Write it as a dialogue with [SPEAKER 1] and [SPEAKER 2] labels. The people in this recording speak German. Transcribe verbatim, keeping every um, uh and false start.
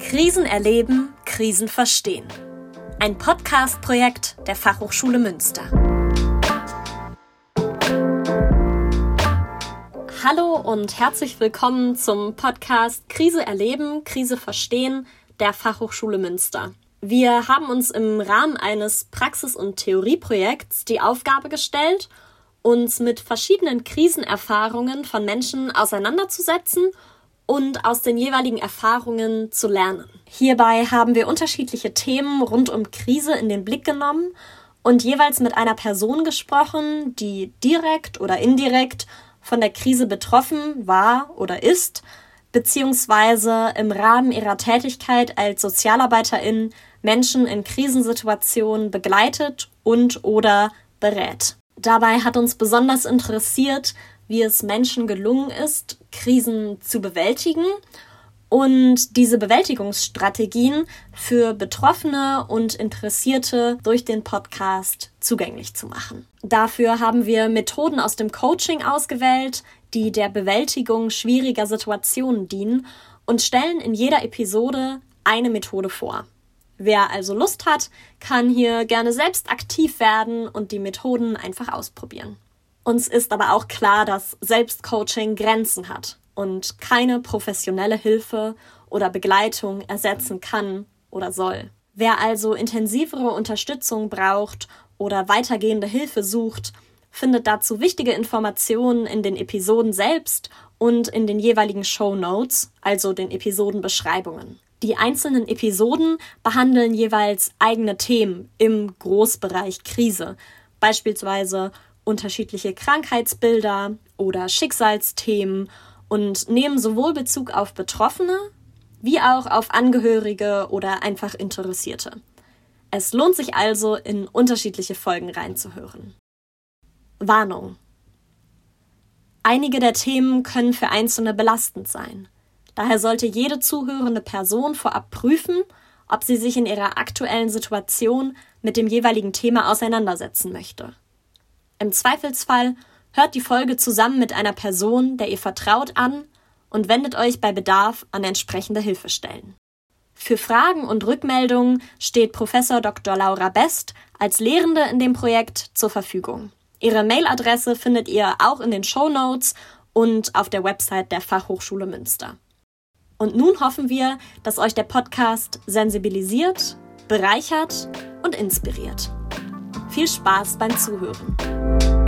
[SPEAKER 1] Krisen erleben, Krisen verstehen. Ein Podcast-Projekt der Fachhochschule Münster. Hallo und herzlich willkommen zum Podcast Krise erleben, Krise verstehen der Fachhochschule Münster. Wir haben uns im Rahmen eines Praxis- und Theorieprojekts die Aufgabe gestellt, uns mit verschiedenen Krisenerfahrungen von Menschen auseinanderzusetzen und aus den jeweiligen Erfahrungen zu lernen. Hierbei haben wir unterschiedliche Themen rund um Krise in den Blick genommen und jeweils mit einer Person gesprochen, die direkt oder indirekt von der Krise betroffen war oder ist, beziehungsweise im Rahmen ihrer Tätigkeit als Sozialarbeiterin Menschen in Krisensituationen begleitet und oder berät. Dabei hat uns besonders interessiert, wie es Menschen gelungen ist, Krisen zu bewältigen und diese Bewältigungsstrategien für Betroffene und Interessierte durch den Podcast zugänglich zu machen. Dafür haben wir Methoden aus dem Coaching ausgewählt, die der Bewältigung schwieriger Situationen dienen und stellen in jeder Episode eine Methode vor. Wer also Lust hat, kann hier gerne selbst aktiv werden und die Methoden einfach ausprobieren. Uns ist aber auch klar, dass Selbstcoaching Grenzen hat und keine professionelle Hilfe oder Begleitung ersetzen kann oder soll. Wer also intensivere Unterstützung braucht oder weitergehende Hilfe sucht, findet dazu wichtige Informationen in den Episoden selbst und in den jeweiligen Shownotes, also den Episodenbeschreibungen. Die einzelnen Episoden behandeln jeweils eigene Themen im Großbereich Krise, beispielsweise unterschiedliche Krankheitsbilder oder Schicksalsthemen und nehmen sowohl Bezug auf Betroffene wie auch auf Angehörige oder einfach Interessierte. Es lohnt sich also, in unterschiedliche Folgen reinzuhören. Warnung: Einige der Themen können für Einzelne belastend sein. Daher sollte jede zuhörende Person vorab prüfen, ob sie sich in ihrer aktuellen Situation mit dem jeweiligen Thema auseinandersetzen möchte. Im Zweifelsfall hört die Folge zusammen mit einer Person, der ihr vertraut, an und wendet euch bei Bedarf an entsprechende Hilfestellen. Für Fragen und Rückmeldungen steht Professor Doktor Laura Best als Lehrende in dem Projekt zur Verfügung. Ihre Mailadresse findet ihr auch in den Shownotes und auf der Website der Fachhochschule Münster. Und nun hoffen wir, dass euch der Podcast sensibilisiert, bereichert und inspiriert. Viel Spaß beim Zuhören.